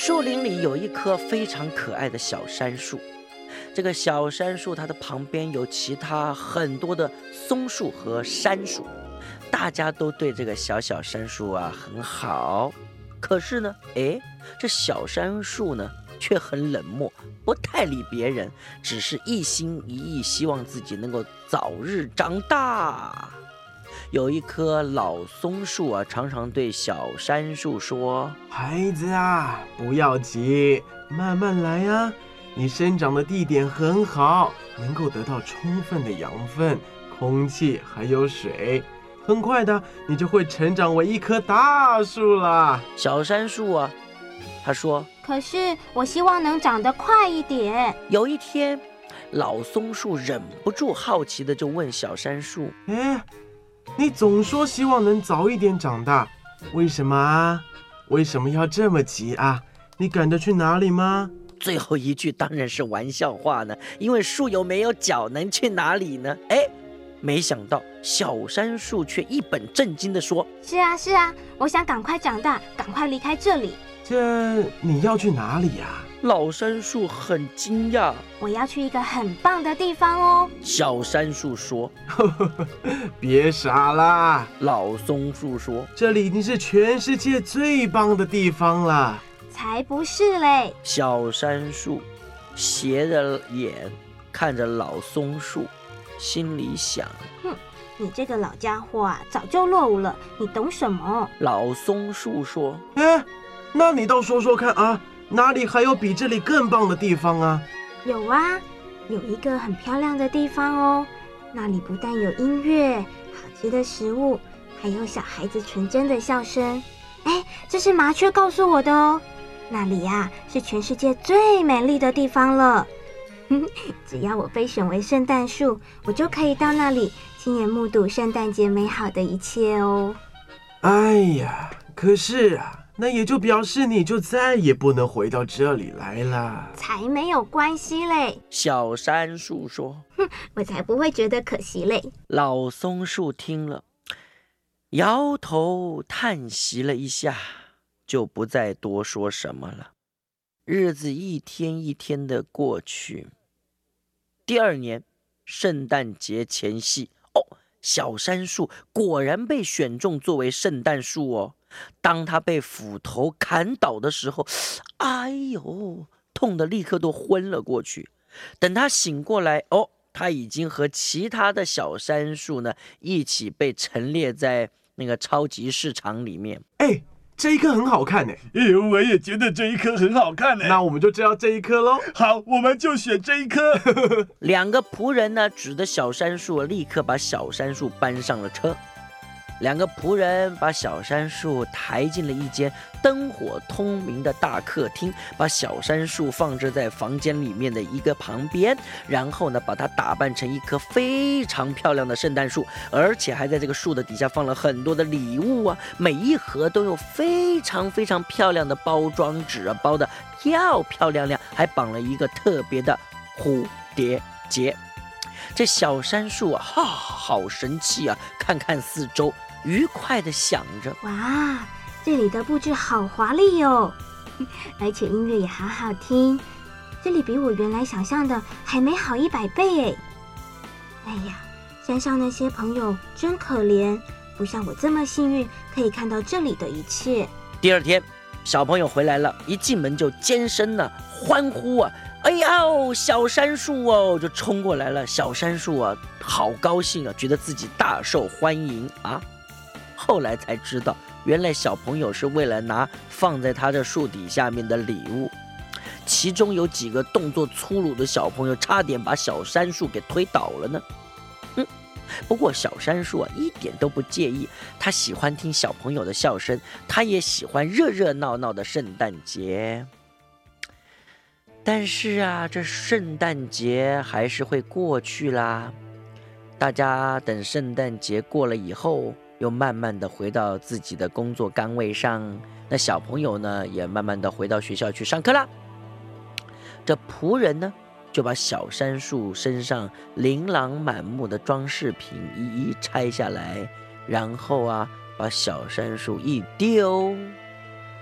树林里有一棵非常可爱的小杉树，这个小杉树它的旁边有其他很多的松树和杉树，大家都对这个小杉树很好。可是呢，这小杉树呢却很冷漠，不太理别人，只是一心一意希望自己能够早日长大。有一棵老松树常常对小杉树说： 孩子啊，不要急，慢慢来啊，你生长的地点很好，能够得到充分的养分、空气还有水，很快的你就会成长为一棵大树了。 小杉树他说： 可是我希望能长得快一点。 有一天，老松树忍不住好奇的就问小杉树： 你总说希望能早一点长大，为什么啊？为什么要这么急啊？你赶着去哪里吗？ 最后一句当然是玩笑话呢，因为树有没有脚能去哪里呢？没想到小杉树却一本正经地说： 是啊，我想赶快长大，赶快离开这里。 这你要去哪里呀？ 老杉树很惊讶： 我要去一个很棒的地方哦。 小杉树说： 别傻啦。 老松树说： 这里已经是全世界最棒的地方了。 才不是嘞。 小杉树斜着眼看着老松树，心里想： 你这个老家伙早就落伍了，你懂什么？ 老松树说： 那你倒说说看啊，哪里还有比这里更棒的地方啊？ 有啊，有一个很漂亮的地方哦，那里不但有音乐、好吃的食物，还有小孩子纯真的笑声。这是麻雀告诉我的哦，那里是全世界最美丽的地方了。只要我被选为圣诞树，我就可以到那里亲眼目睹圣诞节美好的一切哦。 哎呀，可是那也就表示你就再也不能回到这里来了。 才没有关系嘞。 小杉树说： 我才不会觉得可惜嘞。 老松树听了，摇头叹息了一下，就不再多说什么了。日子一天一天的过去。第二年圣诞节前夕，小杉树果然被选中作为圣诞树哦。当他被斧头砍倒的时候，痛得立刻都昏了过去。等他醒过来，他已经和其他的小杉树呢一起被陈列在那个超级市场里面。 这一棵很好看呢。 我也觉得这一棵很好看呢。 那我们就知道这一棵咯。 好，我们就选这一棵。 两个仆人呢指着小杉树，立刻把小杉树搬上了车。两个仆人把小杉树抬进了一间灯火通明的大客厅，把小杉树放置在房间里面的一个旁边，然后呢把它打扮成一棵非常漂亮的圣诞树，而且还在这个树的底下放了很多的礼物每一盒都有非常非常漂亮的包装纸包得漂漂亮亮，还绑了一个特别的蝴蝶结。这小杉树好神气看看四周，愉快地想着： 哇，这里的布置好华丽哦，而且音乐也好好听，这里比我原来想象的还美好100倍。哎呀，山上那些朋友真可怜，不像我这么幸运可以看到这里的一切。 第二天小朋友回来了，一进门就尖声欢呼小杉树就冲过来了。小杉树好高兴觉得自己大受欢迎后来才知道，原来小朋友是为了拿放在他这树底下面的礼物。其中有几个动作粗鲁的小朋友差点把小杉树给推倒了呢。不过小杉树一点都不介意，他喜欢听小朋友的笑声，他也喜欢热热闹闹的圣诞节。但是这圣诞节还是会过去啦。大家等圣诞节过了以后，又慢慢的回到自己的工作岗位上，那小朋友呢也慢慢的回到学校去上课啦。这仆人呢就把小杉树身上琳琅满目的装饰品一一拆下来，然后把小杉树一丢，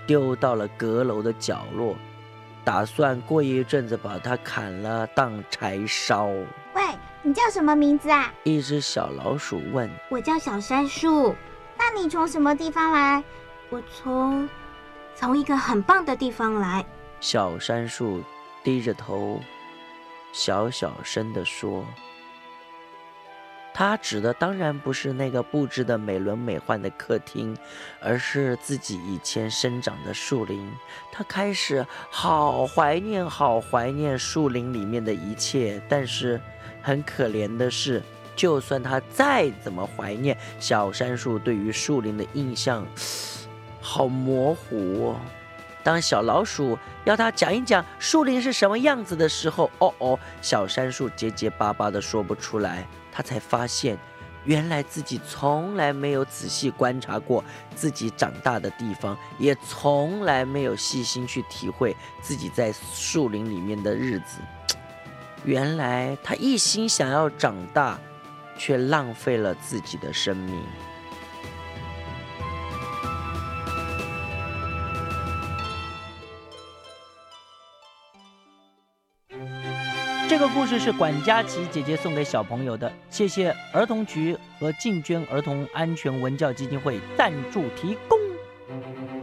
丢到了阁楼的角落，打算过一阵子把它砍了当柴烧。 喂，你叫什么名字啊？ 一只小老鼠问。 我叫小杉树。那你从什么地方来？我从一个很棒的地方来。 小杉树低着头，小小声地说。他指的当然不是那个布置的美轮美奂的客厅，而是自己以前生长的树林。他开始好怀念树林里面的一切，但是很可怜的是，就算他再怎么怀念，小杉树对于树林的印象好模糊哦。当小老鼠要他讲一讲树林是什么样子的时候，小杉树结结巴巴的说不出来。他才发现，原来自己从来没有仔细观察过自己长大的地方，也从来没有细心去体会自己在树林里面的日子。原来他一心想要长大，却浪费了自己的生命。这个故事是管佳琪姐姐送给小朋友的，谢谢儿童局和进捐儿童安全文教基金会赞助提供。